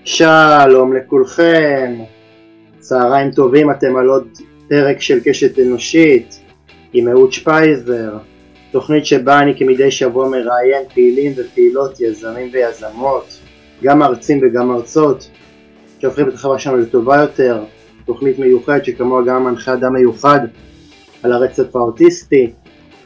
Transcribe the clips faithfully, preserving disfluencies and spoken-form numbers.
שלום לכולכם, צהריים טובים, אתם על עוד פרק של קשת אנושית עם אהוד שפייזר, תוכנית שבה אני כמדי שבוע מראיין פעילים ופעילות, יזמים ויזמות, גם מרצים וגם מרצות, שהופכים את החברה שלנו לטובה יותר, תוכנית מיוחדת שכמוה גם מנחה אדם מיוחד על הרצף האוטיסטי.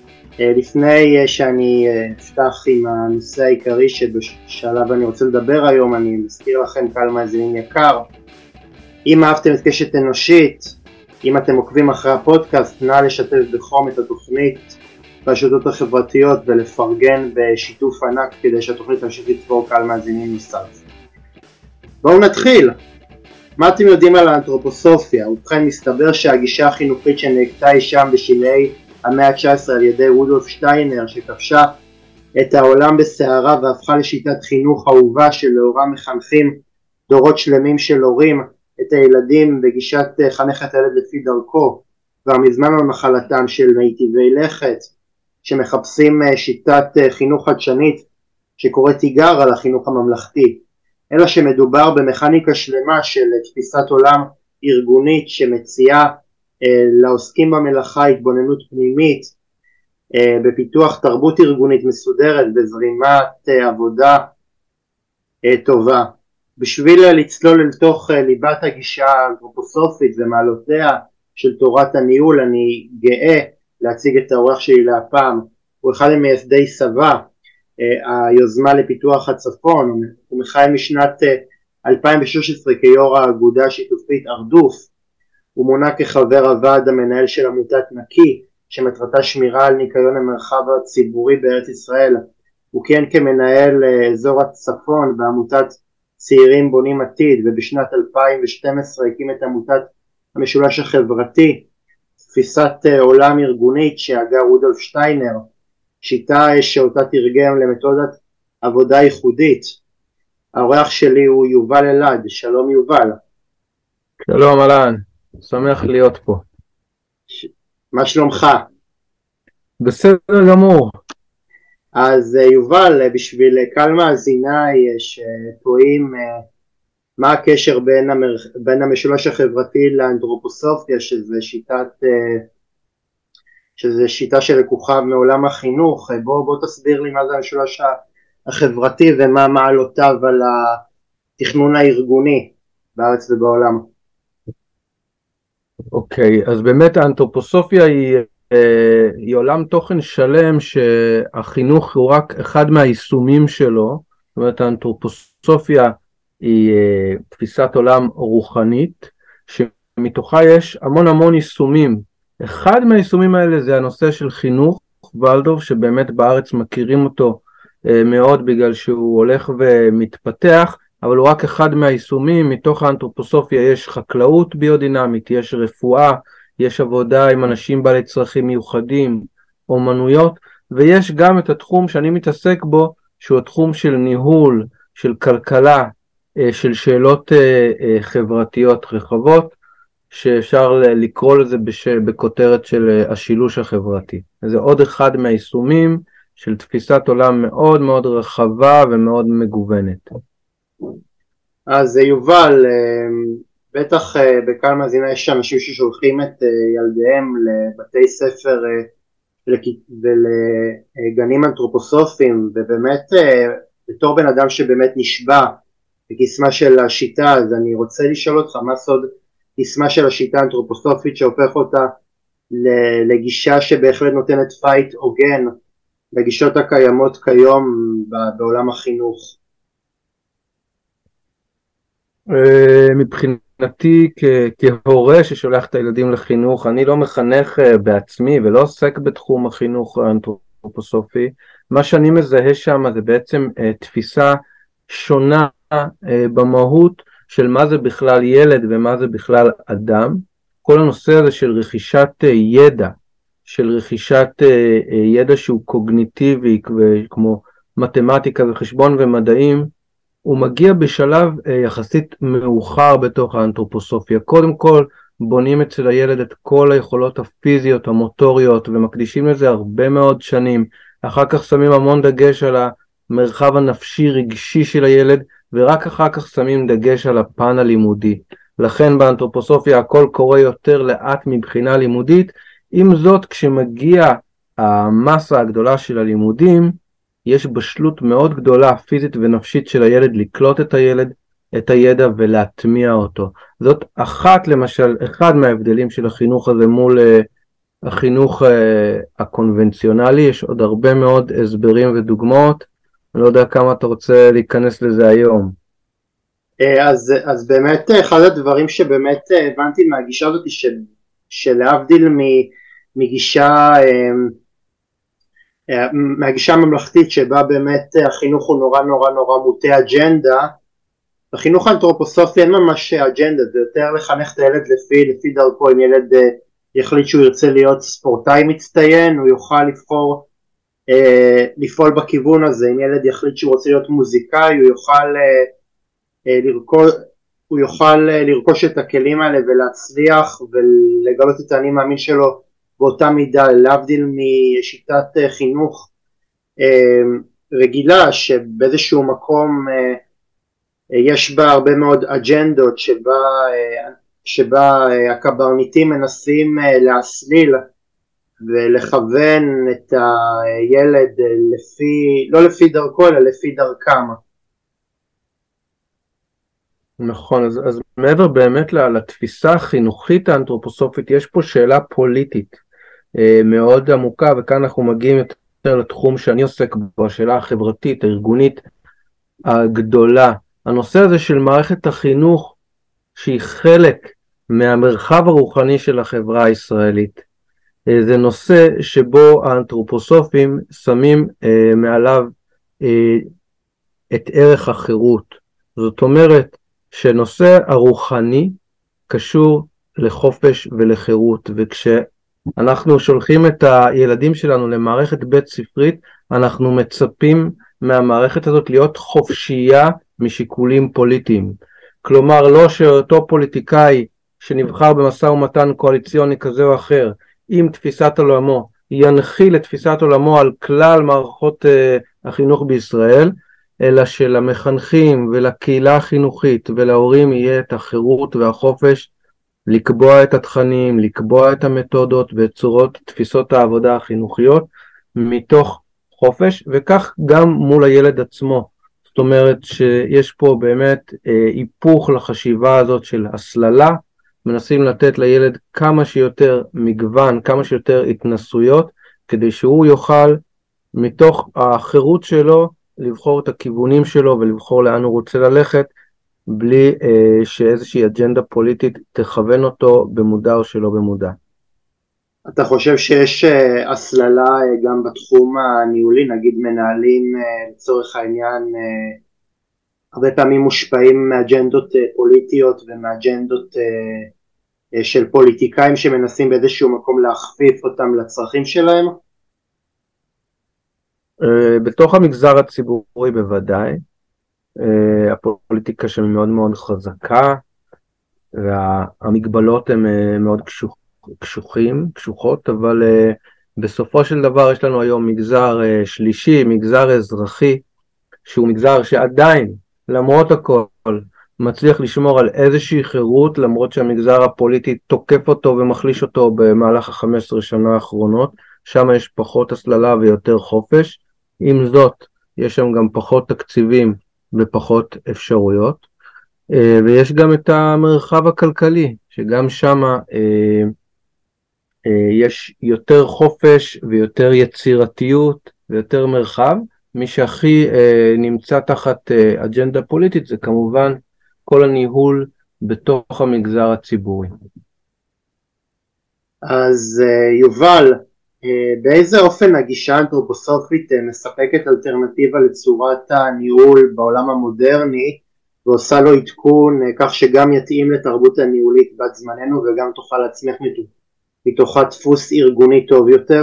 לפני שאני אפתח עם הנושא העיקרי שבשלב אני רוצה לדבר היום, אני מזכיר לכם קהל מאזינים יקר, אם אהבתם את קשת אנושית, אם אתם עוקבים אחרי הפודקאסט, נא לשתף בחום את התוכנית ברשתות החברתיות ולפרגן בשיתוף ענק כדי שהתוכנית תמשיך לצבור קהל מאזינים נוסף. בואו נתחיל. מה אתם יודעים על האנתרופוסופיה? ובכן, מסתבר שהגישה החינוכית שנהגתה היא שם בשלהי המאה ה-תשע עשרה על ידי רודולף שטיינר, שכבשה את העולם בסערה והפכה לשיטת חינוך אהובה שלאורה מחנכים דורות שלמים של הורים את הילדים בגישת חנך את הילד לפי דרכו, כבר מזמן על מחלתם של מיטיבי לכת שמחפשים שיטת חינוך חדשנית שקוראת תיגר על החינוך הממלכתי, אלא שמדובר במכניקה שלמה של תפיסת עולם ארגונית שמציעה לעוסקים במלאכה התבוננות פנימית, בפיתוח תרבות ארגונית מסודרת, בזרימת עבודה טובה. בשביל לצלול לתוך ליבת הגישה האנתרופוסופית ומעלותיה של תורת הניהול, אני גאה להציג את האורח שלי להפעם. הוא אחד ממייסדי סבא, היוזמה לפיתוח הצפון. הוא מכהן משנת אלפיים ושש עשרה כיו"ר האגודה השיתופית ארדוף. הוא מונה כחבר הוועד המנהל של עמותת נקי, שמטרתה שמירה על ניקיון המרחב הציבורי בארץ ישראל. הוא כיהן כמנהל אזור הצפון בעמותת צעירים בונים עתיד, ובשנת אלפיים ושתים עשרה הקים את עמותת המשולש החברתי, תפיסת עולם ארגונית שהגה רודולף שטיינר, שיטה שאותה תרגם למתודת עבודה ייחודית. האורח שלי הוא יובל אלעד. שלום יובל. שלום אלן, שמח להיות פה. ש... מה שלומך? בסדר גמור. אז יובל, בשביל קהל מאזיניי שטועים מה הקשר בין, המר... בין המשולש החברתי לאנתרופוסופיה, שזה שיטת שזה שיטה שלקוחה מעולם החינוך, בוא, בוא תסביר לי מה זה המשולש החברתי ומה מעלותיו על התכנון הארגוני בארץ ובעולם. אוקיי, אז באמת האנתרופוסופיה היא, היא עולם תוכן שלם שהחינוך הוא רק אחד מהיישומים שלו. זאת אומרת, האנתרופוסופיה היא תפיסת עולם רוחנית שמתוכה יש המון המון יישומים. אחד מהיישומים האלה זה הנושא של חינוך ולדורף, שבאמת בארץ מכירים אותו מאוד בגלל שהוא הולך ומתפתח, אבל הוא רק אחד מהיישומים. מתוך האנתרופוסופיה יש חקלאות ביודינמית, יש רפואה, יש עבודה עם אנשים בעלי צרכים מיוחדים, אומנויות, ויש גם את התחום שאני מתעסק בו, שהוא התחום של ניהול, של כלכלה, של שאלות חברתיות רחבות, שאפשר לקרוא לזה בש... בכותרת של השילוש החברתי. זה עוד אחד מהיישומים של תפיסת עולם מאוד מאוד רחבה ומאוד מגוונת. אז יובל, בטח בקהל מאזינה יש אנשים ששולחים את ילדיהם לבתי ספר ולגנים אנתרופוסופיים, ובאמת בתור בן אדם שבאמת נשבע בקסמה של השיטה, אז אני רוצה לשאול אותך מה סוד קסמה של השיטה האנתרופוסופית שהופך אותה לגישה שבהחלט נותנת פייט הוגן לגישות הקיימות כיום בעולם החינוך? מבחינתי כהורה ששולח את הילדים לחינוך, אני לא מחנך בעצמי ולא עוסק בתחום החינוך האנתרופוסופי. מה שאני מזהה שם זה בעצם תפיסה שונה במהות של מה זה בכלל ילד ומה זה בכלל אדם. כל הנושא הזה של רכישת ידע, של רכישת ידע שהוא קוגניטיבי כמו מתמטיקה וחשבון ומדעים, הוא מגיע בשלב יחסית מאוחר בתוך האנתרופוסופיה. קודם כל בונים אצל הילד את כל היכולות הפיזיות, המוטוריות, ומקדישים לזה הרבה מאוד שנים. אחר כך שמים המון דגש על המרחב הנפשי רגשי של הילד, ורק אחר כך שמים דגש על הפן הלימודי. לכן באנתרופוסופיה הכל קורה יותר לאט מבחינה לימודית. עם זאת, כשמגיע המסה הגדולה של הלימודים, יש בשלות מאוד גדולה פיזית ונפשית של הילד לקלוט את הילד, את הידע ולהטמיע אותו. זאת אחת למשל, אחד מההבדלים של החינוך הזה מול uh, החינוך uh, הקונבנציונלי. יש עוד הרבה מאוד הסברים ודוגמאות, אני לא יודע כמה אתה רוצה להיכנס לזה היום. אז, אז באמת אחד הדברים שבאמת הבנתי מהגישה הזאת של, שלהבדיל מגישה, מהגישה הממלכתית שבה באמת החינוך הוא נורא נורא נורא מוטה אג'נדה, בחינוך האנתרופוסופי אין ממש אג'נדה, זה יותר לחנך את הילד לפי, לפי דרכו. אם ילד יחליט שהוא ירצה להיות ספורטאי מצטיין, הוא יוכל לבחור אה, לפעול בכיוון הזה. אם ילד יחליט שהוא רוצה להיות מוזיקאי, הוא יוכל, אה, לרכוש, הוא יוכל לרכוש את הכלים האלה ולהצליח ולגלות את האני מאמין שלו באותה מידה, להבדיל משיטת חינוך אה, רגילה שבאיזשהו מקום אה, יש בה הרבה מאוד אג'נדות, שבה, שבה הקברניטים מנסים להסליל ולכוון את הילד לפי, לא לפי דרכו אלא לפי דרכם. נכון, אז, אז מעבר באמת לתפיסה החינוכית האנתרופוסופית, יש פה שאלה פוליטית מאוד עמוקה, וכאן אנחנו מגיעים יותר לתחום שאני עוסק בו, השאלה החברתית, הארגונית הגדולה. הנושא הזה של מערכת החינוך שהיא חלק מהמרחב הרוחני של החברה הישראלית, זה נושא שבו האנתרופוסופים שמים אה, מעליו אה, את ערך החירות. זאת אומרת שנושא הרוחני קשור לחופש ולחירות, וכשאנחנו שולחים את הילדים שלנו למערכת בית ספרית, אנחנו מצפים מהמערכת הזאת להיות חופשייה משיקולים פוליטיים. כלומר, לא שאותו פוליטיקאי שנבחר במשא ומתן קואליציוני כזה או אחר, עם תפיסת עולמו, ינחיל את תפיסת עולמו על כלל מערכות uh, החינוך בישראל, אלא שלמחנכים ולקהילה החינוכית ולהורים יהיה את החירות והחופש לקבוע את התכנים, לקבוע את המתודות ואת צורות תפיסות העבודה החינוכיות מתוך חופש, וכך גם מול הילד עצמו. זאת אומרת שיש פה באמת אה, היפוך לחשיבה הזאת של הסללה, מנסים לתת לילד כמה שיותר מגוון, כמה שיותר התנסויות, כדי שהוא יוכל מתוך החירות שלו לבחור את הכיוונים שלו ולבחור לאן הוא רוצה ללכת, בלי אה, שאיזושהי אג'נדה פוליטית תכוון אותו במודע או שלא במודע. אתה חושב שיש uh, הסללה uh, גם בתחום הניהולי, נגיד מנהלים uh, לצורך העניין uh, הרבה פעמים מושפעים מאג'נדות uh, פוליטיות ומאג'נדות uh, uh, של פוליטיקאים שמנסים באיזשהו מקום להכפיף אותם לצרכים שלהם? Uh, בתוך המגזר הציבורי בוודאי, uh, הפוליטיקה שם מאוד מאוד חזקה, והמגבלות הן uh, מאוד קשוחות. קשוחים, קשוחות, אבל uh, בסופו של דבר יש לנו היום מגזר uh, שלישי, מגזר אזרחי, שהוא מגזר שעדיין, למרות הכל, מצליח לשמור על איזושהי חירות, למרות שהמגזר הפוליטי תוקף אותו ומחליש אותו במהלך ה-חמש עשרה שנה האחרונות, שם יש פחות הסללה ויותר חופש. עם זאת, יש שם גם פחות תקציבים ופחות אפשרויות, uh, ויש גם את המרחב הכלכלי, שגם שם uh, יש יותר חופש ויותר יצירתיות ויותר מרחב. מי שהכי אה, נמצא תחת אה, אג'נדה פוליטית זה כמובן כל הניהול בתוך המגזר הציבורי. אז אה, יובל, אה, באיזה אופן הגישה האנתרופוסופית אה, מספקת אלטרנטיבה לצורת הניהול בעולם המודרני ועושה לו עדכון אה, כך שגם יתאים לתרבות הניהולית בת זמננו וגם תוכל להצמיח מתוכה? מתוכה דפוס ארגוני טוב יותר?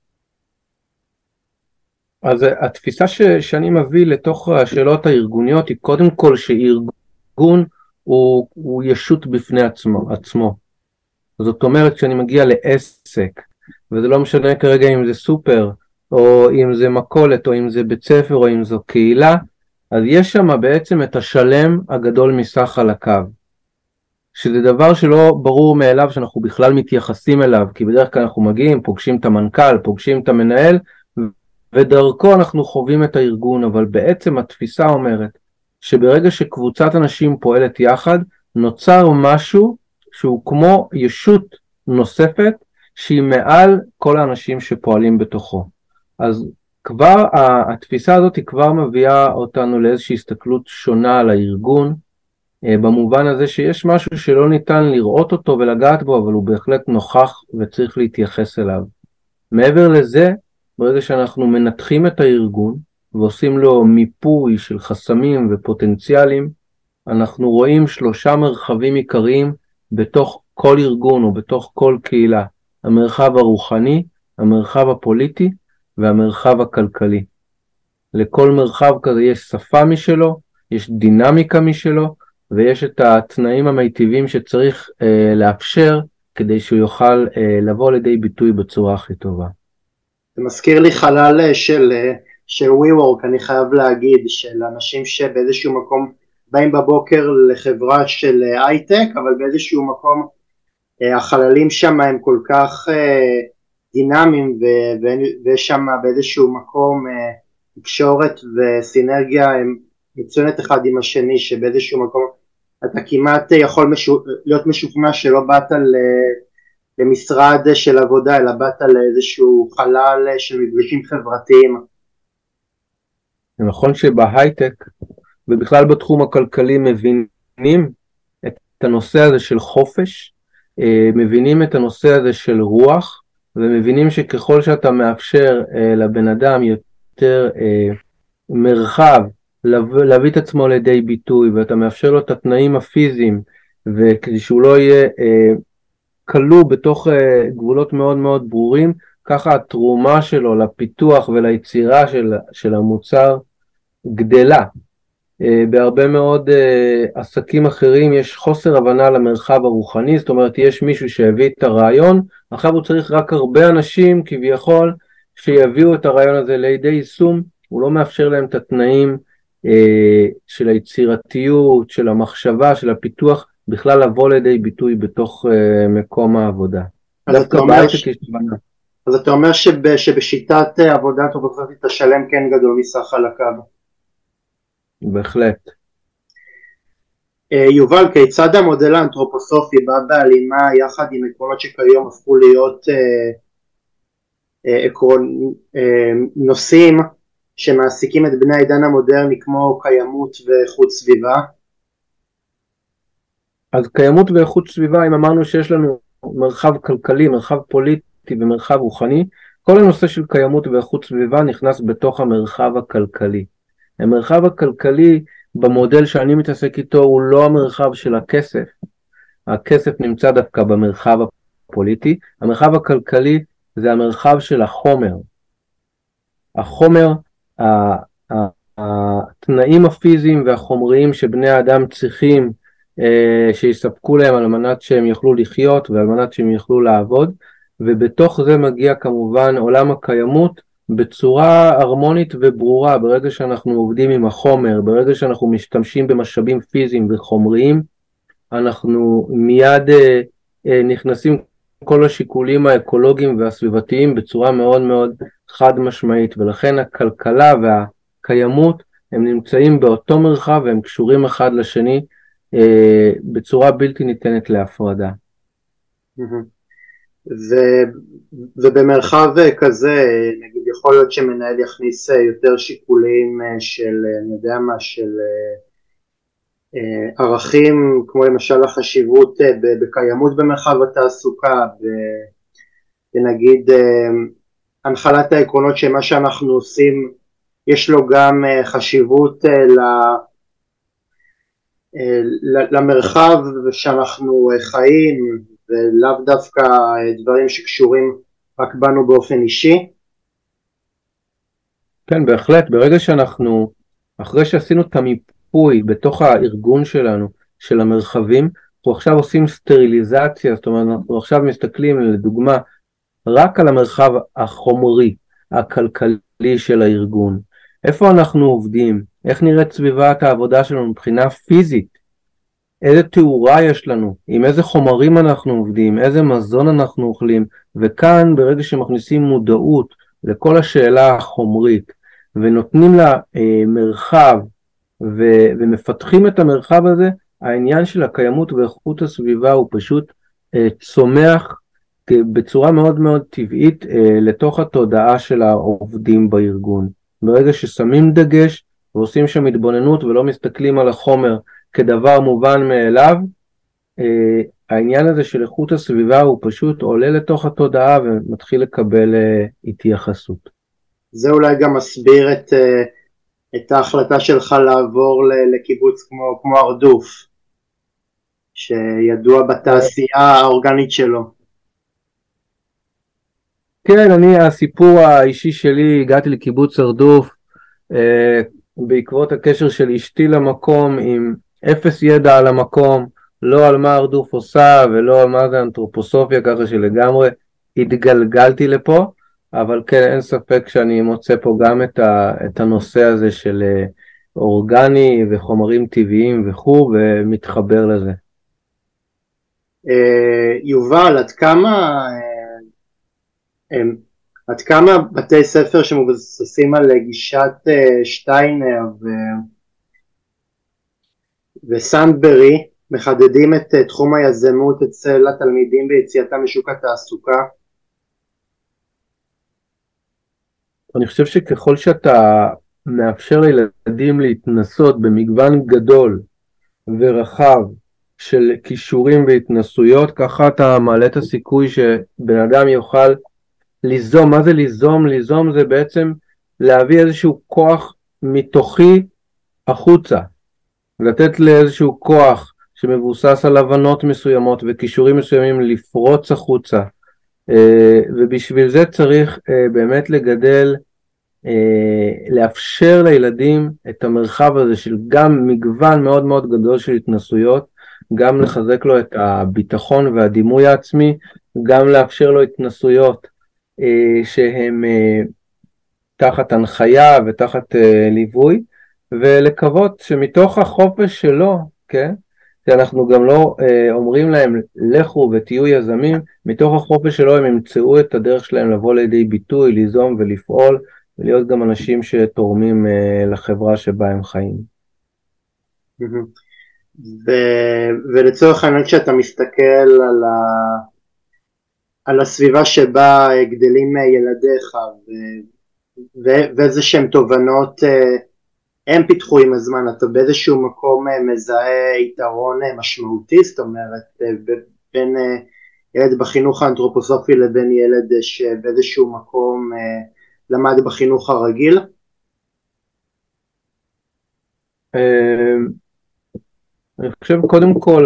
אז התפיסה ש, שאני מביא לתוך השאלות הארגוניות היא קודם כל שארגון הוא, הוא ישות בפני עצמו, עצמו. זאת אומרת שאני מגיע לעסק, וזה לא משנה כרגע אם זה סופר, או אם זה מקולת, או אם זה בית ספר, או אם זו קהילה, אז יש שם בעצם את השלם הגדול מסך חלקיו, שזה דבר שלא ברור מאליו שאנחנו בכלל מתייחסים אליו, כי בדרך כלל אנחנו מגיעים, פוגשים את המנכ"ל, פוגשים את המנהל, ודרכו אנחנו חווים את הארגון, אבל בעצם התפיסה אומרת, שברגע שקבוצת אנשים פועלת יחד, נוצר משהו שהוא כמו ישות נוספת, שהיא מעל כל האנשים שפועלים בתוכו. אז כבר התפיסה הזאת היא כבר מביאה אותנו לאיזושהי הסתכלות שונה על הארגון, במובן הזה שיש משהו שלא ניתן לראות אותו ולגעת בו, אבל הוא בהחלט נוכח וצריך להתייחס אליו. מעבר לזה, ברגע שאנחנו מנתחים את הארגון ועושים לו מיפוי של חסמים ופוטנציאלים, אנחנו רואים שלושה מרחבים עיקריים בתוך כל ארגון או בתוך כל קהילה: המרחב הרוחני, המרחב הפוליטי והמרחב הכלכלי. לכל מרחב כזה יש שפה משלו, יש דינמיקה משלו, ויש את התנאים המיטיביים שצריך אה, לאפשר כדי שהוא יוכל אה, לבוא לידי ביטוי בצורה הכי טובה. זה מזכיר לי חלל של, של WeWork, אני חייב להגיד, של אנשים שבאיזשהו מקום באים בבוקר לחברה של הייטק, אבל באיזשהו מקום החללים שם הם כל כך דינמיים, ויש שם באיזשהו מקום תקשורת וסינרגיה הם מצוינת אחד עם השני, שבאיזשהו מקום אתה כמעט יכול משו, להיות משוכנע שלא באת ל... למשרד של עבודה, אלא באת לאיזשהו חלל של מפגשים חברתיים. זה נכון שבהייטק ובכלל בתחום הכלכלי מבינים את הנושא הזה של חופש, מבינים את הנושא הזה של רוח, ומבינים שככל שאתה מאפשר לבן אדם יותר מרחב להביא את עצמו לידי ביטוי, ואתה מאפשר לו את התנאים הפיזיים, וכדי שהוא לא יהיה כלוא בתוך גבולות מאוד מאוד ברורים, ככה התרומה שלו לפיתוח וליצירה של, של המוצר גדלה. בהרבה מאוד עסקים אחרים יש חוסר הבנה למרחב הרוחני, זאת אומרת יש מישהו שהביא את הרעיון, עכשיו הוא צריך רק הרבה אנשים כביכול שיביאו את הרעיון הזה לידי יישום, הוא לא מאפשר להם את התנאים של היצירתיות, של המחשבה, של הפיתוח, בכלל לבוא לידי ביטוי בתוך uh, מקום העבודה. אז אתה, אומר ש... אז אתה אומר שב... שבשיטת עבודה אנתרופוסופית השלם כן גדול מסך חלקיו. בהחלט. Uh, יובל, כיצד המודל האנתרופוסופי בא בהלימה יחד עם עקרונות שכיום הפכו להיות uh, uh, עקרון, uh, נושאים שמעסיקים את בני העידן המודרני כמו קיימות ואיכות סביבה? אז קיימות ואיכות סביבה, אם אמרנו שיש לנו מרחב כלכלי, מרחב פוליטי ומרחב רוחני, כל הנושא של קיימות ואיכות סביבה נכנס בתוך המרחב הכלכלי. המרחב הכלכלי במודל שאני מתעסק איתו הוא לא המרחב של הכסף. הכסף נמצא דווקא במרחב הפוליטי. המרחב הכלכלי זה המרחב של החומר. החומר, התנאים הפיזיים והחומריים שבני האדם צריכים שיספקו להם על מנת שהם יוכלו לחיות ועל מנת שהם יוכלו לעבוד, ובתוך זה מגיע כמובן עולם הקיימות בצורה הרמונית וברורה. ברגע שאנחנו עובדים עם החומר, ברגע שאנחנו משתמשים במשאבים פיזיים וחומריים, אנחנו מיד נכנסים כל השיקולים האקולוגיים והסביבתיים בצורה מאוד מאוד חד משמעית, ולכן הכלכלה והקיימות הם נמצאים באותו מרחב והם קשורים אחד לשני בצורה בלתי ניתנת להפרדה. ו, ובמרחב כזה, נגיד, יכול להיות שמנהל יכניס יותר שיקולים של, אני יודע מה, של ערכים, כמו למשל החשיבות בקיימות במרחב התעסוקה, ונגיד הנחלת העקרונות שמה שאנחנו עושים, יש לו גם חשיבות ל... למרחב שאנחנו חיים, ולאו דווקא דברים שקשורים רק בנו באופן אישי. כן, בהחלט. ברגע שאנחנו, אחרי שעשינו את המיפוי בתוך הארגון שלנו, של המרחבים, אנחנו עכשיו עושים סטריליזציה, זאת אומרת, אנחנו עכשיו מסתכלים לדוגמה רק על המרחב החומרי, הכלכלי של הארגון. איפה אנחנו עובדים, איך נראית סביבת העבודה שלנו מבחינה פיזית, איזה תאורה יש לנו, עם איזה חומרים אנחנו עובדים, איזה מזון אנחנו אוכלים, וכאן ברגע שמכניסים מודעות לכל השאלה החומרית, ונותנים לה אה, מרחב, ו- ומפתחים את המרחב הזה, העניין של הקיימות ואיכות הסביבה הוא פשוט אה, צומח בצורה מאוד מאוד טבעית אה, לתוך התודעה של העובדים בארגון. ברגע ששמים דגש ועושים שם התבוננות ולא מסתכלים על החומר כדבר מובן מאליו, אה, העניין הזה של איכות הסביבה הוא פשוט עולה לתוך התודעה ומתחיל לקבל אה, התייחסות. זה אולי גם מסביר את, אה, את ההחלטה שלך לעבור ל- לקיבוץ כמו, כמו הרדוף, שידוע בתעשייה האורגנית שלו. כן, אני, הסיפור האישי שלי, הגעתי לקיבוץ הרדוף אה, בעקבות הקשר של אשתי למקום, עם אפס ידע על המקום, לא על מה הרדוף עושה ולא על מה זה אנתרופוסופיה, ככה שלגמרי התגלגלתי לפה, אבל כן, אין ספק שאני מוצא פה גם את, ה, את הנושא הזה של אה, אורגני וחומרים טבעיים וכו', ומתחבר לזה. אה, יובל, עד כמה, אה, הם- עד כמה בתי ספר שמבוססים על גישת אה, שטיינר ו- וסנדברי מחדדים את אה, תחום היזמות אצל התלמידים ביציאתם לשוק התעסוקה? אני חושב שככל שאתה מאפשר לילדים להתנסות במגוון גדול ורחב של כישורים והתנסויות, ככה אתה מעלה את הסיכוי שבן אדם יוכל ליזום. מה זה ליזום? ליזום זה בעצם להביא איזשהו כוח מתוכי החוצה, לתת לאיזשהו כוח שמבוסס על הבנות מסוימות וכישורים מסוימים לפרוץ החוצה, אה, ובשביל זה צריך אה, באמת לגדל, לאפשר לילדים את המרחב הזה של גם מגוון מאוד מאוד גדול של התנסויות, גם לחזק לו את הביטחון והדימוי העצמי, גם לאפשר לו התנסויות שהם תחת הנחיה ותחת ליווי, ולקוות שמתוך החופש שלו, כן, שאנחנו גם לא אומרים להם לכו ותהיו יזמים, מתוך החופש שלו הם ימצאו את הדרך שלהם לבוא לידי ביטוי, ליזום ולפעול, ולהיות גם אנשים שתורמים uh, לחברה שבה הם חיים. ו- ולצורך העניין כשאתה מסתכל על, ה- על הסביבה שבה גדלים ילדיך ו- ו- ואיזה שהם תובנות הם פיתחו עם הזמן, אתה באיזשהו מקום מזהה יתרון משמעותי, זאת אומרת בין ילד בחינוך האנתרופוסופי לבין ילד שבאיזשהו מקום למד בחינוך הרגיל? אני חושב קודם כל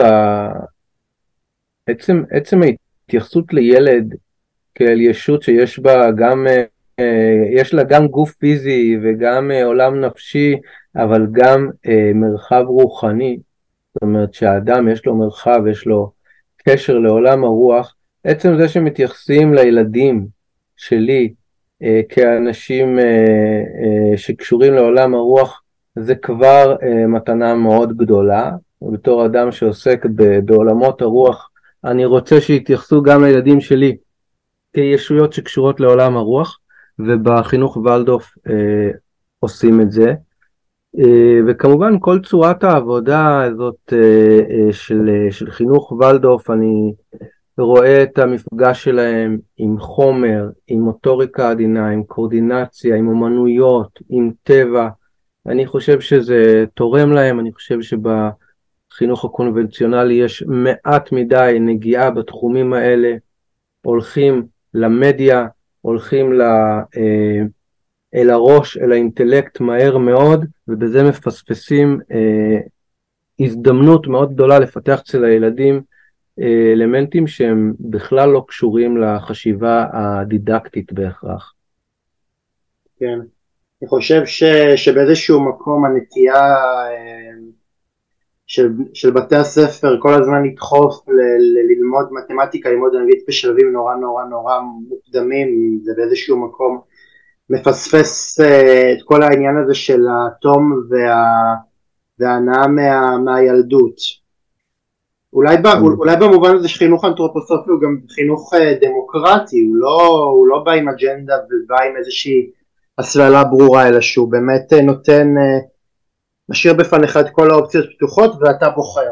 עצם, עצם ההתייחסות לילד כאל ישות שיש בה גם, יש לה גם גוף פיזי וגם עולם נפשי, אבל גם מרחב רוחני, זאת אומרת שהאדם יש לו מרחב, יש לו קשר לעולם הרוח. עצם זה שמתייחסים לילדים שלי אה, כאנשים אה, אה, שקשורים לעולם הרוח, זה כבר אה, מתנה מאוד גדולה. ובתור אדם שעוסק ב- בעולמות הרוח, אני רוצה שיתייחסו גם לילדים שלי כישויות שקשורות לעולם הרוח, ובחינוך ולדורף אה, עושים את זה. וכמובן כל צורת העבודה הזאת של, של חינוך ולדורף, אני רואה את המפגש שלהם עם חומר, עם מוטוריקה עדינה, עם קורדינציה, עם אומנויות, עם טבע. אני חושב שזה תורם להם. אני חושב שבחינוך הקונבנציונלי יש מעט מדי נגיעה בתחומים האלה, הולכים למדיה, הולכים ל... אל הראש, אל האינטלקט מהר מאוד, ובזה מפספסים אה, הזדמנות מאוד גדולה לפתח אצל הילדים אה, אלמנטים שהם בכלל לא קשורים לחשיבה הדידקטית בהכרח. כן, אני חושב ש, שבאיזשהו מקום הנטייה אה, של, של בתי הספר כל הזמן לדחוף ל, ל, ללמוד מתמטיקה, ללמוד אנגלית בשלבים נורא נורא נורא מוקדמים, זה באיזשהו מקום מפספס אה, את כל העניין הזה של התום וה, וההנאה מה, מהילדות. אולי, ב, אולי במובן הזה שחינוך אנתרופוסופי הוא גם חינוך אה, דמוקרטי, הוא לא, הוא לא בא עם אג'נדה ובא עם איזושהי הסללה ברורה, אלא שהוא באמת אה, נותן, אה, משאיר בפניך את כל האופציות פתוחות ואתה בוחר.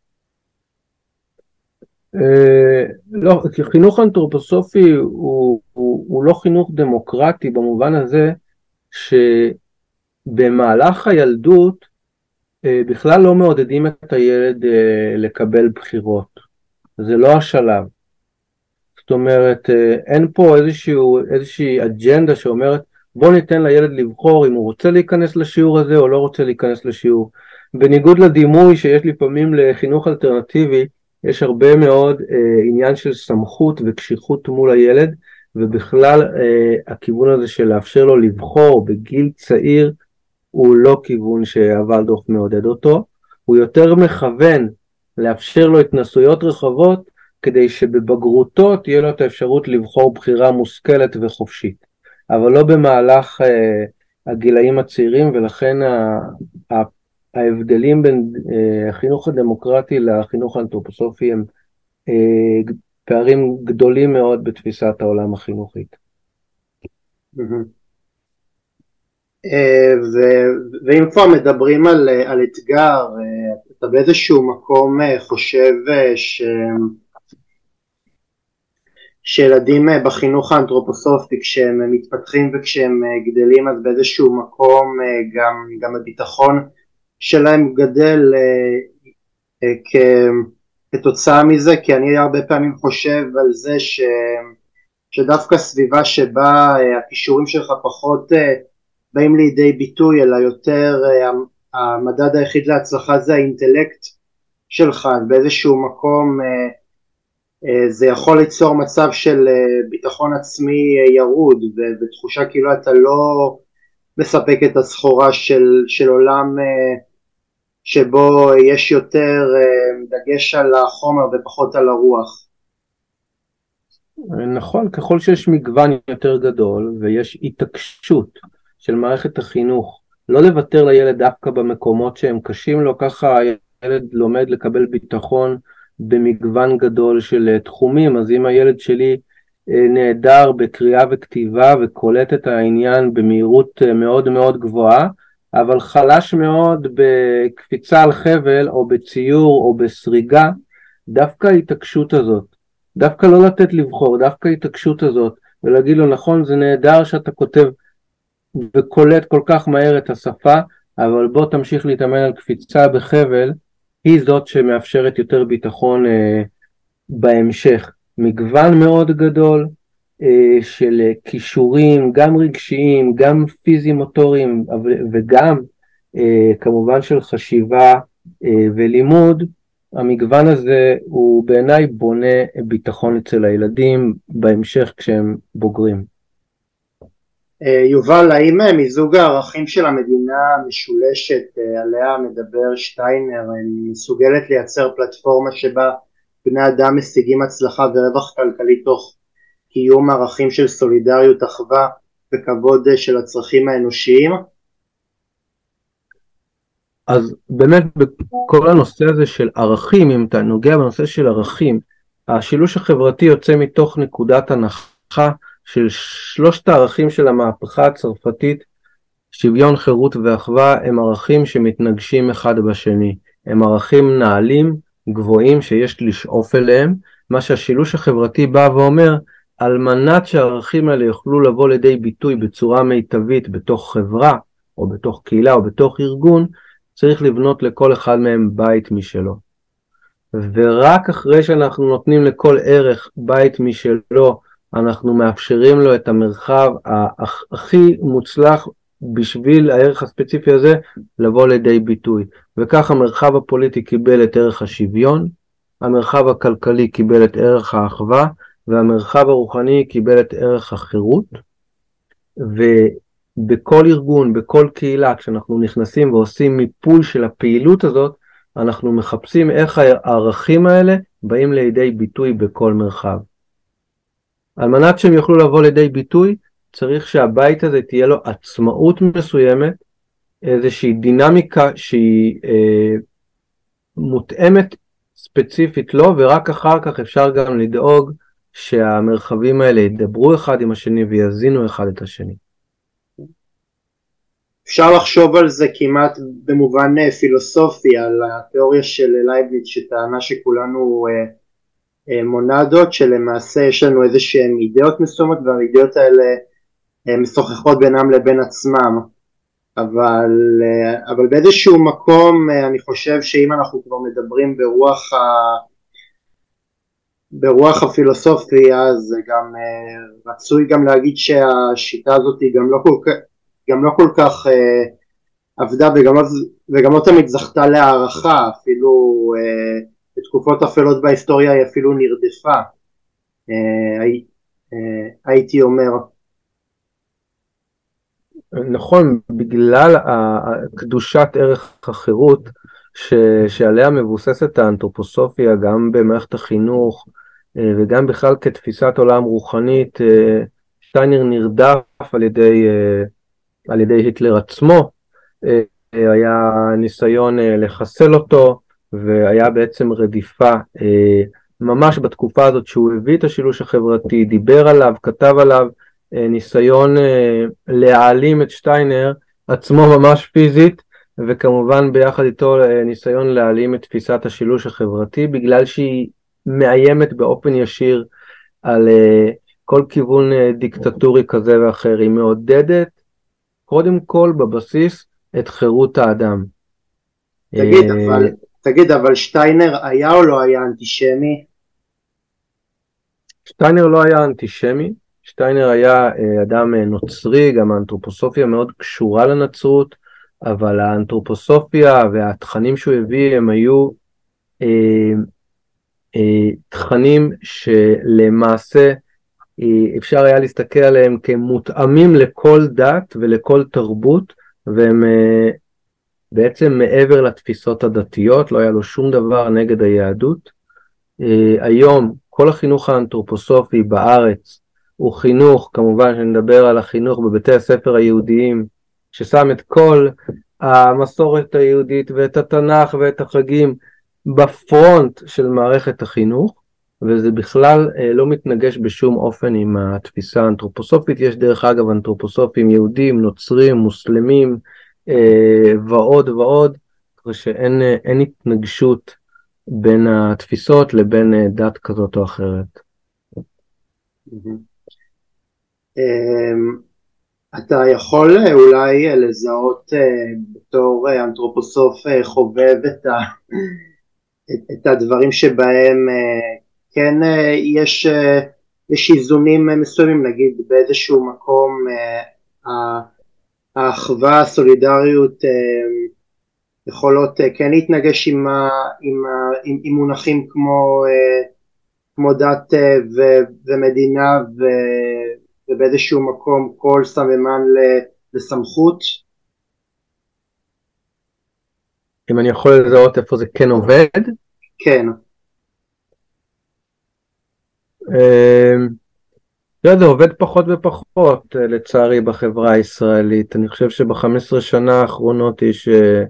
לא, כי חינוך אנתרופוסופי הוא, הוא, הוא לא חינוך דמוקרטי במובן הזה שבמהלך הילדות בכלל לא מעודדים את הילד לקבל בחירות. זה לא השלב. זאת אומרת, אין פה איזשהו, איזושהי אג'נדה שאומרת בוא ניתן לילד לבחור אם הוא רוצה להיכנס לשיעור הזה או לא רוצה להיכנס לשיעור. בניגוד לדימוי שיש לפעמים לחינוך אלטרנטיבי, יש הרבה מאוד אה, עניין של סמכות וקשיחות מול הילד, ובכלל אה, הכיוון הזה של לאפשר לו לבחור בגיל צעיר, הוא לא כיוון שהוולדורף מעודד אותו, הוא יותר מכוון לאפשר לו התנסויות רחבות, כדי שבבגרותו תהיה לו את האפשרות לבחור בחירה מושכלת וחופשית, אבל לא במהלך אה, הגילאים הצעירים, ולכן ה, ה, ההבדלים בין אה, החינוך הדמוקרטי לחינוך האנתרופוסופי הם אה, פערים גדולים מאוד בתפיסת העולם החינוכית. ואם כבר מדברים על, על אתגר, אתה באיזשהו מקום חושב ש... שילדים בחינוך האנתרופוסופי כשהם מתפתחים וכשהם גדלים, אז באיזשהו מקום גם, גם הביטחון שלהם גדל כ, כתוצאה מזה, כי אני הרבה פעמים חושב על זה ש, שדווקא סביבה שבה הכישורים שלך פחות באים לידי ביטוי, אלא יותר המדד היחיד להצלחה זה האינטלקט שלך, באיזשהו מקום זה יכול ליצור מצב של ביטחון עצמי ירוד, ותחושה כאילו אתה לא מספק את הסחורה של, של עולם שבו יש יותר דגש על החומר ופחות על הרוח. נכון, ככל שיש מגוון יותר גדול ויש התעקשות של מערכת החינוך לא לוותר לילד דווקא במקומות שהם קשים לו, ככה הילד לומד לקבל ביטחון במגוון גדול של תחומים. אז אם הילד שלי נהדר בקריאה וכתיבה וקולט את העניין במהירות מאוד מאוד גבוהה, אבל חלש מאוד בקפיצה על חבל או בציור או בסריגה, דווקא ההתעקשות הזאת, דווקא לא לתת לבחור, דווקא ההתעקשות הזאת, ולהגיד לו נכון זה נהדר שאתה כותב וקולט כל כך מהר את השפה, אבל בוא תמשיך להתאמן על קפיצה בחבל, היא זאת שמאפשרת יותר ביטחון אה, בהמשך. מגוון מאוד גדול אה, של כישורים, גם רגשיים, גם פיזיים מוטוריים, וגם אה, כמובן של חשיבה אה, ולימוד. המגוון הזה הוא בעיניי בונה ביטחון אצל הילדים בהמשך כשהם בוגרים. יובל, האם מיזוג הערכים של המדינה המשולשת עליה מדבר שטיינר מסוגלת לייצר פלטפורמה שבה בני אדם משיגים הצלחה ורווח כלכלי תוך קיום ערכים של סולידריות, אחווה וכבוד של הצרכים האנושיים? אז באמת בכל הנושא הזה של ערכים, אם אתה נוגע בנושא של ערכים, השילוש החברתי יוצא מתוך נקודת הנחה של שלושת הערכים של המהפכה הצרפתית, שוויון, חירות ואחווה, הם ערכים שמתנגשים אחד בשני. הם ערכים נעלים, גבוהים, שיש לשאוף אליהם. מה שהשילוש החברתי בא ואומר, על מנת שהערכים האלה יוכלו לבוא לידי ביטוי בצורה מיטבית בתוך חברה, או בתוך קהילה, או בתוך ארגון, צריך לבנות לכל אחד מהם בית משלו. ורק אחרי שאנחנו נותנים לכל ערך בית משלו, אנחנו מאפשרים לו את המרחב הכי מוצלח בשביל הערך הספציפי הזה לבוא לידי ביטוי. וכך המרחב הפוליטי קיבל את ערך השוויון, המרחב הכלכלי קיבל את ערך האחווה, והמרחב הרוחני קיבל את ערך החירות. ובכל ארגון, בכל קהילה, כשאנחנו נכנסים ועושים מיפוי של הפעילות הזאת, אנחנו מחפשים איך הערכים האלה באים לידי ביטוי בכל מרחב. על מנת שהם יוכלו לבוא לידי ביטוי, צריך שהבית הזה תהיה לו עצמאות מסוימת, איזושהי דינמיקה שהיא אה, מותאמת ספציפית לו, ורק אחר כך אפשר גם לדאוג שהמרחבים האלה ידברו אחד עם השני ויזינו אחד את השני. אפשר לחשוב על זה כמעט במובן פילוסופי, על התיאוריה של לייבניץ שטענה שכולנו אה, אה, מונדות, שלמעשה יש לנו איזה שהן אידאות מסוימות, והאידאות האלה אה, משוחחות בינם לבין עצמם, אבל, אה, אבל באיזשהו מקום אה, אני חושב שאם אנחנו כבר מדברים ברוח, ה, ברוח הפילוסופיה, אז גם אה, רצוי גם להגיד שהשיטה הזאת היא גם לא כל כך גם לא כל כך אה, עבדה, וגם לא, וגם לא תמיד זכתה להערכה, אפילו אה, בתקופות אפלות בהיסטוריה היא אפילו נרדפה, אה, הי, אה, הייתי אומר. נכון, בגלל קדושת ערך החירות ש, שעליה מבוססת האנתרופוסופיה גם במערכת החינוך אה, וגם בכלל כתפיסת עולם רוחנית, אה, שטיינר נרדף על ידי אה, על ידי היטלר עצמו, היה ניסיון לחסל אותו, והיה בעצם רדיפה ממש בתקופה הזאת שהוא הביא את השילוש החברתי, דיבר עליו, כתב עליו, ניסיון להעלים את שטיינר עצמו ממש פיזית, וכמובן ביחד איתו ניסיון להעלים את תפיסת השילוש החברתי, בגלל שהיא מאיימת באופן ישיר על כל כיוון דיקטטורי כזה ואחר. היא מעודדת קודם כל בבסיס את חירות האדם. תגיד, אבל, תגיד, אבל שטיינר היה או לא היה אנטישמי? שטיינר לא היה אנטישמי, שטיינר היה אדם נוצרי, גם האנתרופוסופיה מאוד קשורה לנצרות, אבל האנתרופוסופיה והתכנים שהוא הביא הם היו אה, אה, תכנים שלמעשה אפשר היה להסתכל עליהם כמותאמים לכל דת ולכל תרבות, והם בעצם מעבר לתפיסות הדתיות, לא היה לו שום דבר נגד היהדות. היום כל החינוך האנתרופוסופי בארץ הוא חינוך, כמובן שנדבר על החינוך בבתי הספר היהודיים, ששם את כל המסורת היהודית ואת התנ"ך ואת החגים בפרונט של מערכת החינוך, וזה בכלל לא מתנגש בשום אופן עם התפיסה האנתרופוסופית. יש דרך אגב אנתרופוסופים יהודים, נוצרים, מוסלמים אה, ועוד ועוד, ושאין אין התנגשות בין התפיסות לבין דת כזאת או אחרת. אתה יכול אולי לזהות בתור אנתרופוסוף חובב את, ה, את הדברים שבהם כן יש, יש איזונים מסוימים, נגיד באיזשהו מקום האחווה, הסולידריות יכולות כן להתנגש עם, עם, עם, עם מונחים כמו, כמו דת ו, ומדינה, ו, ובאיזשהו מקום כל סממן לסמכות? אם אני יכול לזהות איפה זה כן עובד? כן. זה עובד פחות ופחות לצערי בחברה הישראלית. אני חושב שבחמש עשרה שנה האחרונות יש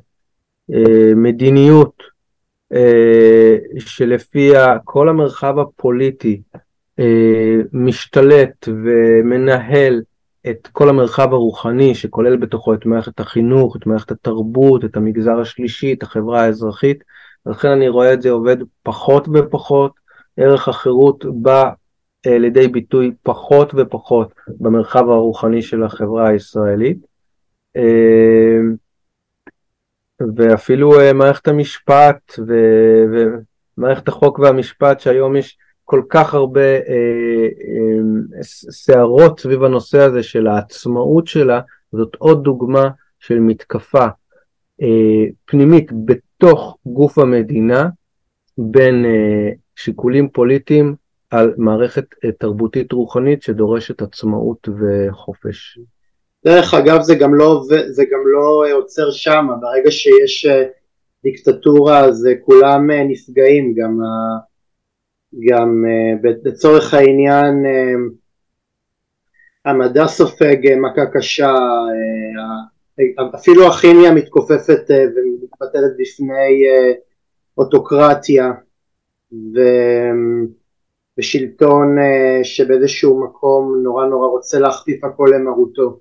מדיניות שלפיה כל המרחב הפוליטי משתלט ומנהל את כל המרחב הרוחני, שכולל בתוכו את מערכת החינוך, את מערכת התרבות, את המגזר השלישי, את החברה האזרחית. ולכן אני רואה את זה עובד פחות ופחות. ערך החירות בא לידי ביטוי פחות ופחות במרחב הרוחני של החברה הישראלית, ואפילו מערכת המשפט ומערכת החוק והמשפט, שהיום יש כל כך הרבה שערות סביב הנושא הזה של העצמאות שלה, זאת עוד דוגמה של מתקפה פנימית בתוך גוף המדינה, בין שיקולים פוליטיים על מערכת תרבותית רוחנית שדורשת עצמאות וחופש. דרך אגב, זה גם לא, זה גם לא עוצר שם. ברגע שיש דיקטטורה אז כולם נפגעים, גם, גם לצורך העניין המדע סופג אה, מכה קשה, אה, אפילו הכימיה מתכופפת אה, ומתפתלת בפני אה, אוטוקרטיה ו... ושלטון אה, שבאיזשהו מקום נורא נורא רוצה להכפיף הכל למרותו.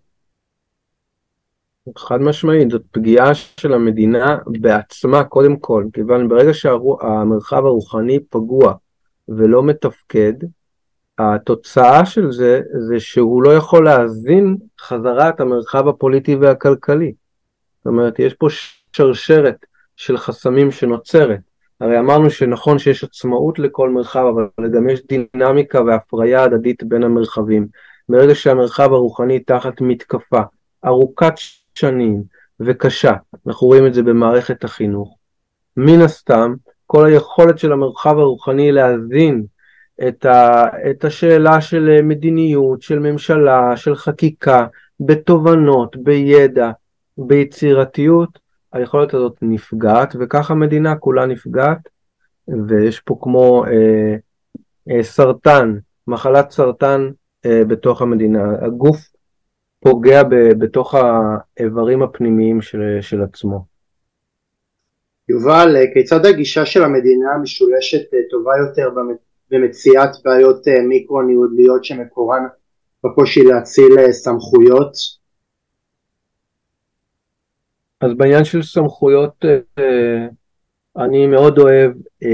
חד משמעית, זאת פגיעה של המדינה בעצמה קודם כל, כיוון ברגע שהמרחב הרוחני פגוע ולא מתפקד, התוצאה של זה, זה שהוא לא יכול להזין חזרה את המרחב הפוליטי והכלכלי. זאת אומרת, יש פה שרשרת של חסמים שנוצרת. הרי אמרנו שנכון שיש עצמאות לכל מרחב, אבל גם יש דינמיקה והפריה הדדית בין המרחבים. ברגע שהמרחב הרוחני תחת מתקפה ארוכת שנים וקשה, אנחנו רואים את זה במערכת החינוך, מן הסתם, כל היכולת של המרחב הרוחני להזין את, ה, את השאלה של מדיניות, של ממשלה, של חקיקה, בתובנות, בידע, ביצירתיות, היכולת הזאת נפגעת, וכך המדינה כולה נפגעת, ויש פה כמו אה, אה, סרטן, מחלת סרטן אה, בתוך המדינה. הגוף פוגע ב, בתוך האיברים הפנימיים של, של עצמו. יובל, כיצד הגישה של המדינה המשולשת טובה יותר במציאת בעיות מיקרו-ניהוליות שמקורן בקושי להציל סמכויות? אז בעניין של סמכויות, אני מאוד אוהב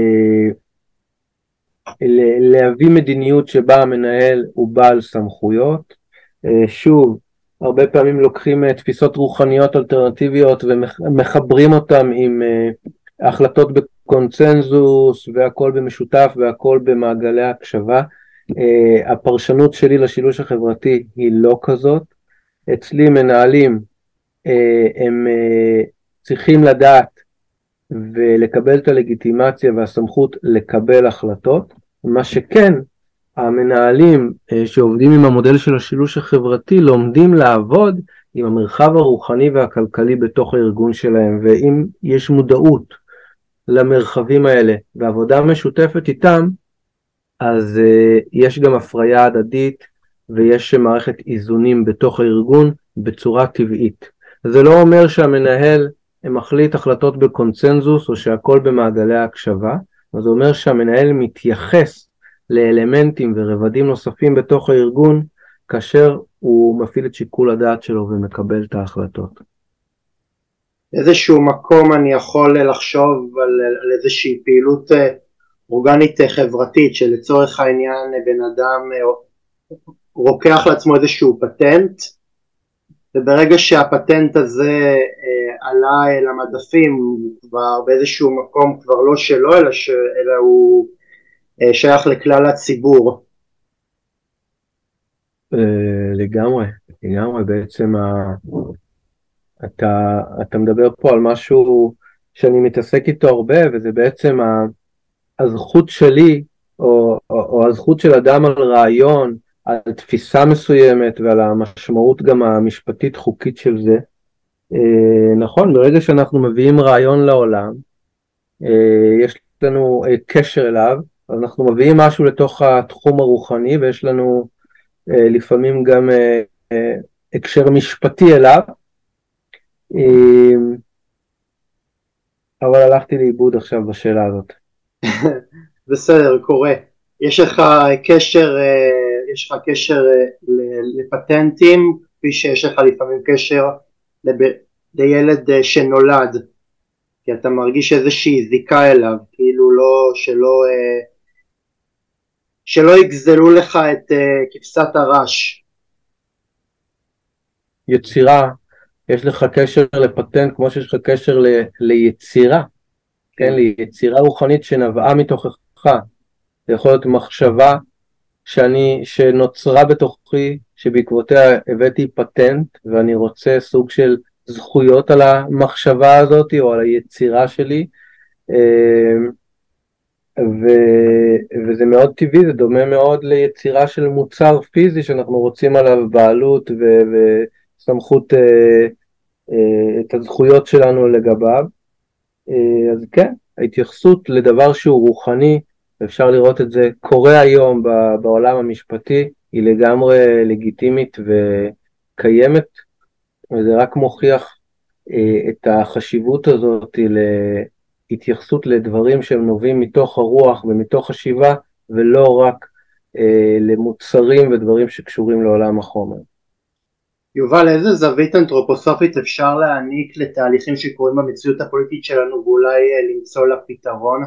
להביא מדיניות שבה המנהל הוא בעל סמכויות. שוב, הרבה פעמים לוקחים תפיסות רוחניות אלטרנטיביות ומחברים אותם עם החלטות בקונצנזוס והכל במשותף והכל במעגלי הקשבה. הפרשנות שלי לשילוש החברתי היא לא כזאת. אצלי מנהלים הם צריכים לדעת ולקבל את הלגיטימציה והסמכות לקבל החלטות. מה שכן, המנהלים שעובדים עם המודל של השילוש החברתי לומדים לעבוד עם המרחב הרוחני והכלכלי בתוך הארגון שלהם, ואם יש מודעות למרחבים האלה ועבודה משותפת איתם, אז uh, יש גם הפריה הדדית ויש מערכת איזונים בתוך הארגון בצורה טבעית. זה לא אומר שהמנהל מחליט החלטות בקונצנזוס או שהכל במעגלי ההקשבה, זה אומר שהמנהל מתייחס לאלמנטים ורבדים נוספים בתוך הארגון, כאשר הוא מפעיל את שיקול הדעת שלו ומקבל את ההחלטות. איזשהו מקום אני יכול לחשוב על, על איזושהי פעילות אורגנית חברתית, שלצורך העניין בן אדם רוקח לעצמו איזשהו פטנט, וברגע שהפטנט הזה עלה אל המדפים, כבר באיזשהו מקום כבר לא שלו, אלא, ש... אלא הוא שייך לכלל הציבור. לגמרי, לגמרי. בעצם ה... אתה, אתה מדבר פה על משהו שאני מתעסק איתו הרבה, וזה בעצם הזכות שלי, או, או, או הזכות של אדם על רעיון, על תפיסה מסוימת, ועל המשמעות גם המשפטית חוקית של זה. נכון, ברגע שאנחנו מביאים רעיון לעולם, יש לנו קשר אליו, אז אנחנו מביאים משהו לתוך התחום הרוחני, ויש לנו לפעמים גם הקשר משפטי אליו, אבל הלכתי לאיבוד עכשיו בשאלה הזאת. בסדר, קורה. יש לך קשר, יש לך קשר לפטנטים, כפי שיש לך לפעמים קשר לילד שנולד, כי אתה מרגיש איזושהי זיקה אליו, כאילו לא, שלא, שלא יגזלו לך את כבשת הרש. יצירה, יש לך קשר לפטנט כמו שיש לך קשר ל, ליצירה, כן, ליצירה רוחנית שנבעה מתוכך. זה יכול להיות מחשבה שאני, שנוצרה בתוכי, שבעקבותיה הבאתי פטנט, ואני רוצה סוג של זכויות על המחשבה הזאת, או על היצירה שלי, ו, וזה מאוד טבעי, זה דומה מאוד ליצירה של מוצר פיזי, שאנחנו רוצים עליו בעלות ו, וסמכות, את הזכויות שלנו לגביו. אז כן, ההתייחסות לדבר שהוא רוחני, אפשר לראות את זה קורה היום בעולם המשפטי, היא לגמרי לגיטימית וקיימת, וזה רק מוכיח את החשיבות הזאת להתייחסות לדברים שהם נובעים מתוך הרוח ומתוך חשיבה, ולא רק למוצרים ודברים שקשורים לעולם החומר. יובל, איזה זווית אנתרופוסופית אפשר להעניק לתהליכים שקורים במציאות הפוליטית שלנו ואולי למצוא לה פתרון?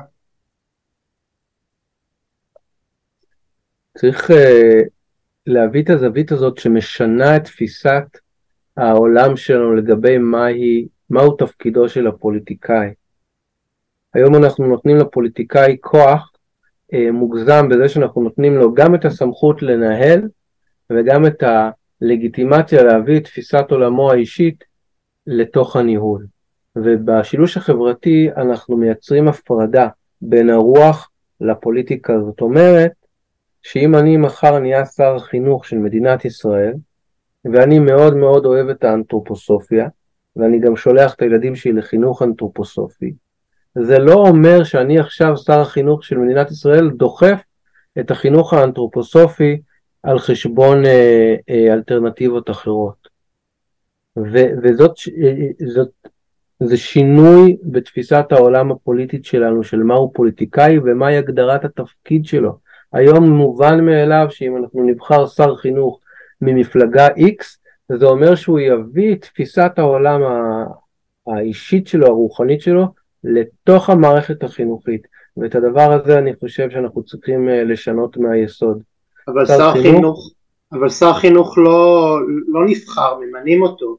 צריך להביא את הזווית הזאת שמשנה את תפיסת העולם שלנו לגבי מהי, מהו תפקידו של הפוליטיקאי. היום אנחנו נותנים לפוליטיקאי כוח אה, מוגזם בזה שאנחנו נותנים לו גם את הסמכות לנהל וגם את הלגיטימציה להביא את תפיסת עולמו האישית לתוך הניהול. ובשילוש החברתי אנחנו מייצרים הפרדה בין הרוח לפוליטיקה. זאת אומרת שאם אני מחר נהיה שר החינוך של מדינת ישראל, ואני מאוד מאוד אוהב את האנתרופוסופיה, ואני גם שולח את הילדים שלי לחינוך אנתרופוסופי, זה לא אומר שאני עכשיו שר החינוך של מדינת ישראל דוחף את החינוך האנתרופוסופי על חשבון אה, אה, אלטרנטיבות אחרות. ו- וזאת אה, זאת, זה שינוי בתפיסת העולם הפוליטית שלנו, של מהו פוליטיקאי ומהי הגדרת התפקיד שלו. היום מובן מאליו שאם אנחנו נבחר שר חינוך ממפלגה X, זה אומר שהוא יביא תפיסת העולם האישית שלו, הרוחנית שלו, לתוך המערכת החינוכית. ואת הדבר הזה אני חושב שאנחנו צריכים לשנות מהיסוד. אבל שר חינוך, חינוך, אבל שר חינוך לא, לא נבחר, ממנים אותו.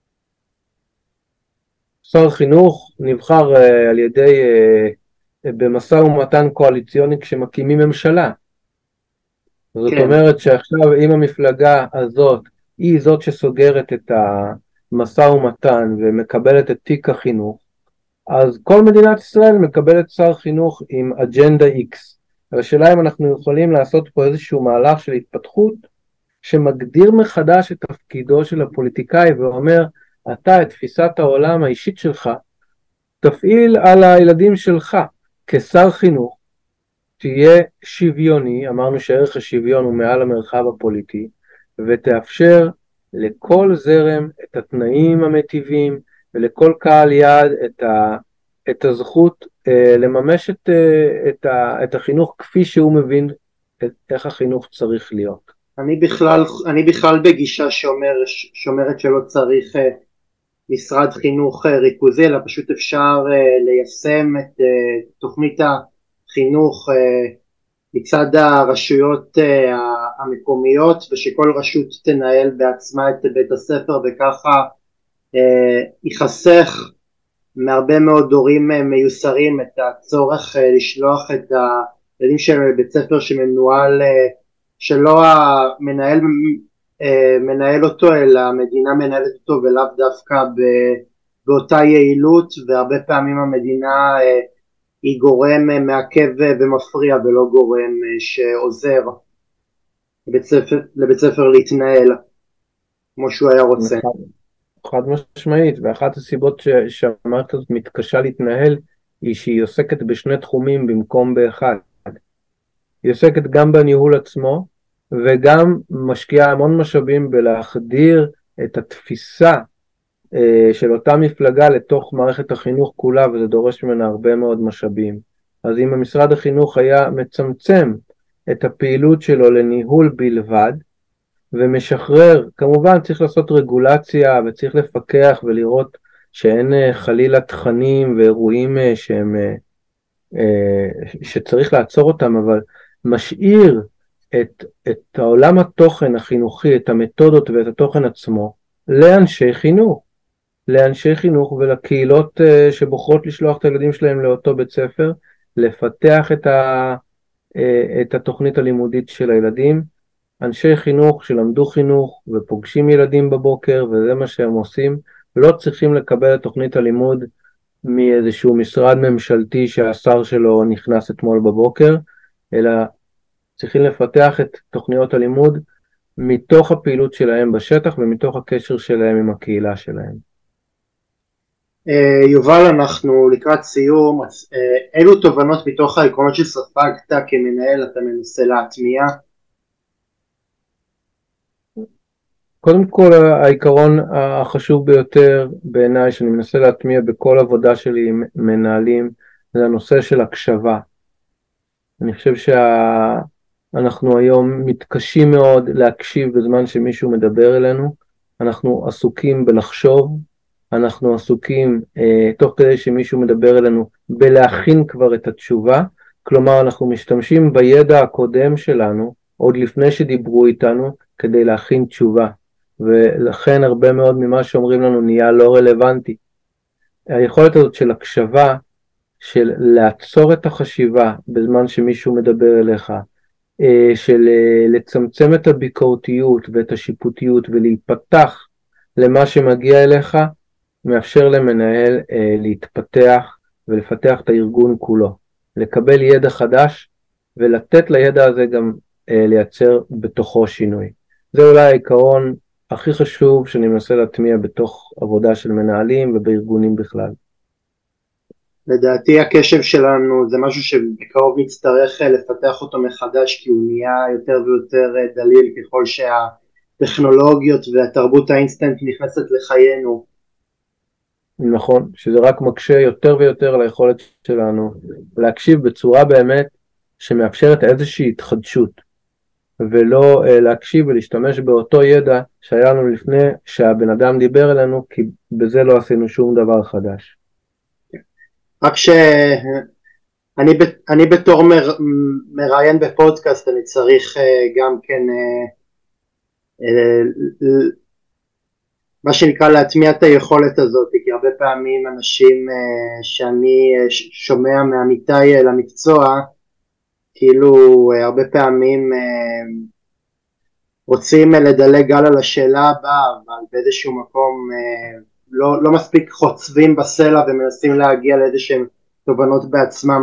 שר חינוך נבחר uh, על ידי, uh, במשא ומתן קואליציוני כשמקימים ממשלה. זאת כן. אומרת שעכשיו אם המפלגה הזאת היא זאת שסוגרת את המשא ומתן ומקבלת את תיק החינוך, אז כל מדינת ישראל מקבלת שר חינוך עם אג'נדה X. השאלה אם אנחנו יכולים לעשות פה איזשהו מהלך של התפתחות שמגדיר מחדש את תפקידו של הפוליטיקאי ואומר, אתה את תפיסת העולם האישית שלך תפעיל על הילדים שלך כשר חינוך, תהיה שוויוני, אמרנו שערך השוויון הוא מעל המרחב הפוליטי, ותאפשר לכל זרם את התנאים המטיבים ולכל קהל יעד את, ה, את הזכות אה, לממש את, אה, את, ה, את החינוך כפי שהוא מבין את, איך החינוך צריך להיות. אני בכלל, אני בכלל בגישה שאומר, שאומרת שלא צריך אה, משרד חינוך אה, ריכוזי, אלא פשוט אפשר אה, ליישם את אה, תוכנית החינוך אה, מצד הרשויות אה, המקומיות, ושכל רשות תנהל בעצמה את בית הספר, וככה אה, ייחסך מהרבה מאוד הורים מיוסרים את הצורך לשלוח את הילדים שלהם לבית ספר שמנוהל, שלא המנהל מנהל אותו אלא המדינה מנהלת אותו, ולאו דווקא באותה יעילות, והרבה פעמים המדינה היא גורם מעכב ומפריע ולא גורם שעוזר לבית ספר, לבית ספר להתנהל כמו שהוא היה רוצה. חד משמעית, ואחת הסיבות שהמערכת הזאת מתקשה להתנהל היא שהיא עוסקת בשני תחומים במקום באחד. היא עוסקת גם בניהול עצמו וגם משקיעה המון משאבים בלהחדיר את התפיסה של אותה מפלגה לתוך מערכת החינוך כולה, וזה דורש ממנה הרבה מאוד משאבים. אז אם המשרד החינוך היה מצמצם את הפעילות שלו לניהול בלבד ומשחרר, כמובן צריך לעשות רגולציה וצריך לפקח ולראות שאין חלילה תכנים ואירועים שהם, שצריך לעצור אותם, אבל משאיר את, את העולם התוכן החינוכי, את המתודות ואת התוכן עצמו לאנשי חינוך, לאנשי חינוך ולקהילות שבוחרות לשלוח את הילדים שלהם לאותו בית ספר, לפתח את, ה, את התוכנית הלימודית של הילדים. אנשי חינוך שלמדו חינוך ופוגשים ילדים בבוקר וזה מה שהם עושים, לא צריכים לקבל את תוכנית הלימוד מאיזשהו משרד ממשלתי שהשר שלו נכנס אתמול בבוקר, אלא צריכים לפתח את תוכניות הלימוד מתוך הפעילות שלהם בשטח ומתוך הקשר שלהם עם הקהילה שלהם. יובל, אנחנו לקראת סיום. אילו תובנות מתוך העקרונות שספגת כמנהל אתה מנסה להטמיע? קודם כל העיקרון החשוב ביותר בעיניי שאני מנסה להטמיע בכל עבודה שלי עם מנהלים זה הנושא של הקשבה. אני חושב שאנחנו היום מתקשים מאוד להקשיב בזמן שמישהו מדבר אלינו, אנחנו עסוקים בלחשוב, אנחנו עסוקים אה, תוך כדי שמישהו מדבר אלינו בלהכין כבר את התשובה, כלומר אנחנו משתמשים בידע הקודם שלנו עוד לפני שדיברו איתנו כדי להכין תשובה. ולכן הרבה מאוד ממה שאומרים לנו נהיה לא רלוונטי. היכולת הזאת של הקשבה, של לעצור את החשיבה בזמן שמישהו מדבר אליך, של לצמצם את הביקורתיות ואת השיפוטיות ולהיפתח למה שמגיע אליך, מאפשר למנהל להתפתח ולפתח את הארגון כולו, לקבל ידע חדש ולתת לידע הזה גם לייצר בתוכו שינוי. זה אולי העיקרון הכי חשוב שאני מנסה להטמיע בתוך עבודה של מנהלים ובארגונים בכלל. לדעתי הקשב שלנו זה משהו שבקרוב נצטרך לפתח אותו מחדש, כי הוא נהיה יותר ויותר דליל ככל שהטכנולוגיות והתרבות האינסטנט נכנסת לחיינו. נכון, שזה רק מקשה יותר ויותר על היכולת שלנו להקשיב בצורה באמת שמאפשרת איזושהי התחדשות. ולא uh, להקשיב ולהשתמש באותו ידע שהיה לנו לפני שהבן אדם דיבר אלינו, כי בזה לא עשינו שום דבר חדש. רק שאני אני בתור מר, מראיין בפודקאסט, אני צריך uh, גם כן uh, uh, מה שנקרא להטמיע את היכולת הזאת, כי הרבה פעמים אנשים uh, שאני uh, שומע מעמיתיי למקצוע, כאילו הרבה פעמים רוצים לדלג על השאלה הבאה, אבל באיזשהו מקום לא, לא מספיק חוצבים בסלע ומנסים להגיע לאיזשהם תובנות בעצמם.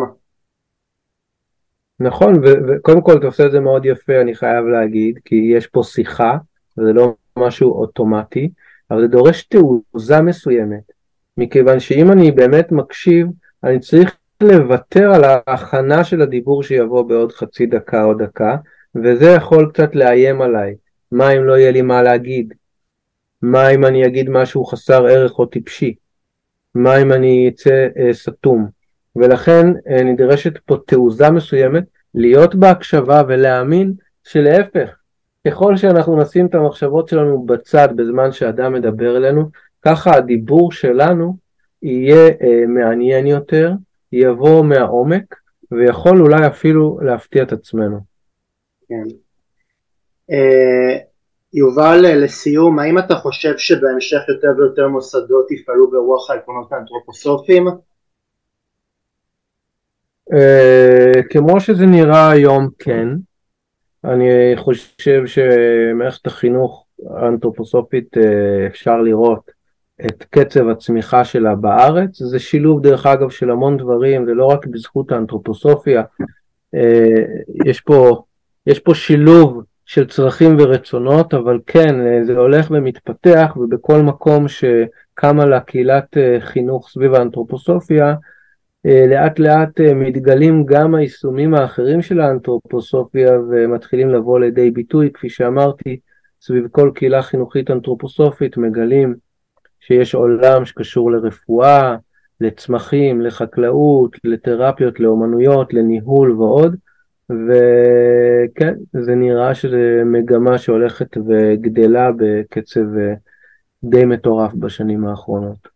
נכון, וקודם כל אתה עושה את זה מאוד יפה, אני חייב להגיד, כי יש פה שיחה, זה לא משהו אוטומטי, אבל זה דורש תעוזה מסוימת, מכיוון שאם אני באמת מקשיב, אני צריך לוותר על ההכנה של הדיבור שיבוא בעוד חצי דקה או דקה, וזה יכול קצת לאיים עליי. מה אם לא יהיה לי מה להגיד? מה אם אני אגיד משהו חסר ערך או טיפשי? מה אם אני אצא אה, סתום? ולכן אה, נדרשת פה תעוזה מסוימת, להיות בהקשבה ולהאמין שלהפך, ככל שאנחנו נשים את המחשבות שלנו בצד בזמן שאדם מדבר אלינו, ככה הדיבור שלנו יהיה אה, מעניין יותר, יבוא מהעומק, ויכול אולי אפילו להפתיע את עצמנו. כן. Uh, יובל, לסיום, האם אתה חושב שבהמשך יותר ויותר מוסדות יפעלו ברוח העקרונות האנתרופוסופיים? Uh, כמו שזה נראה היום, כן. אני חושב שמערכת החינוך האנתרופוסופית uh, אפשר לראות את קצב הצמיחה שלה בארץ, זה שילוב דרך אגב של המון דברים, ולא רק בזכות האנתרופוסופיה, יש פה, יש פה שילוב של צרכים ורצונות, אבל כן, זה הולך ומתפתח, ובכל מקום שקמה לקהילת חינוך סביב האנתרופוסופיה, לאט לאט מתגלים גם היישומים האחרים של האנתרופוסופיה, ומתחילים לבוא לידי ביטוי, כפי שאמרתי, סביב כל קהילה חינוכית אנתרופוסופית, מגלים שיש עולם שקשור לרפואה, לצמחים, לחקלאות, לתרפיות, לאומנויות, לניהול ועוד, וכן, זה נראה שזה מגמה שהולכת וגדלה בקצב די מטורף בשנים האחרונות.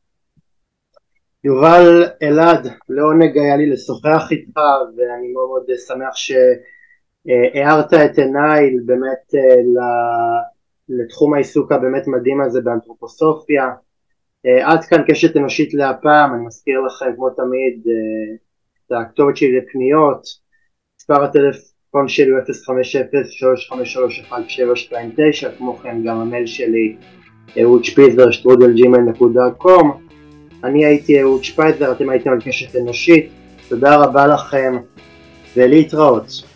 יובל אלעד, לעונג היה לי לשוחח איתך, ואני מאוד מאוד שמח שהארת את עיניי באמת לתחום העיסוק הבאמת מדהים הזה באנתרופוסופיה. עד כאן קשת אנושית להפעם, אני מזכיר לכם כמו תמיד את הכתובת שלי לפניות, מספר הטלפון שלי הוא אפס חמש אפס שלוש חמש שלוש אחת שבע שתיים תשע, כמו כן גם המייל שלי אהוד שפיזר שטרודל ג'ימייל נקודה קום. אני הייתי אהוד שפיזר, אתם הייתם על קשת אנושית, תודה רבה לכם ולהתראות.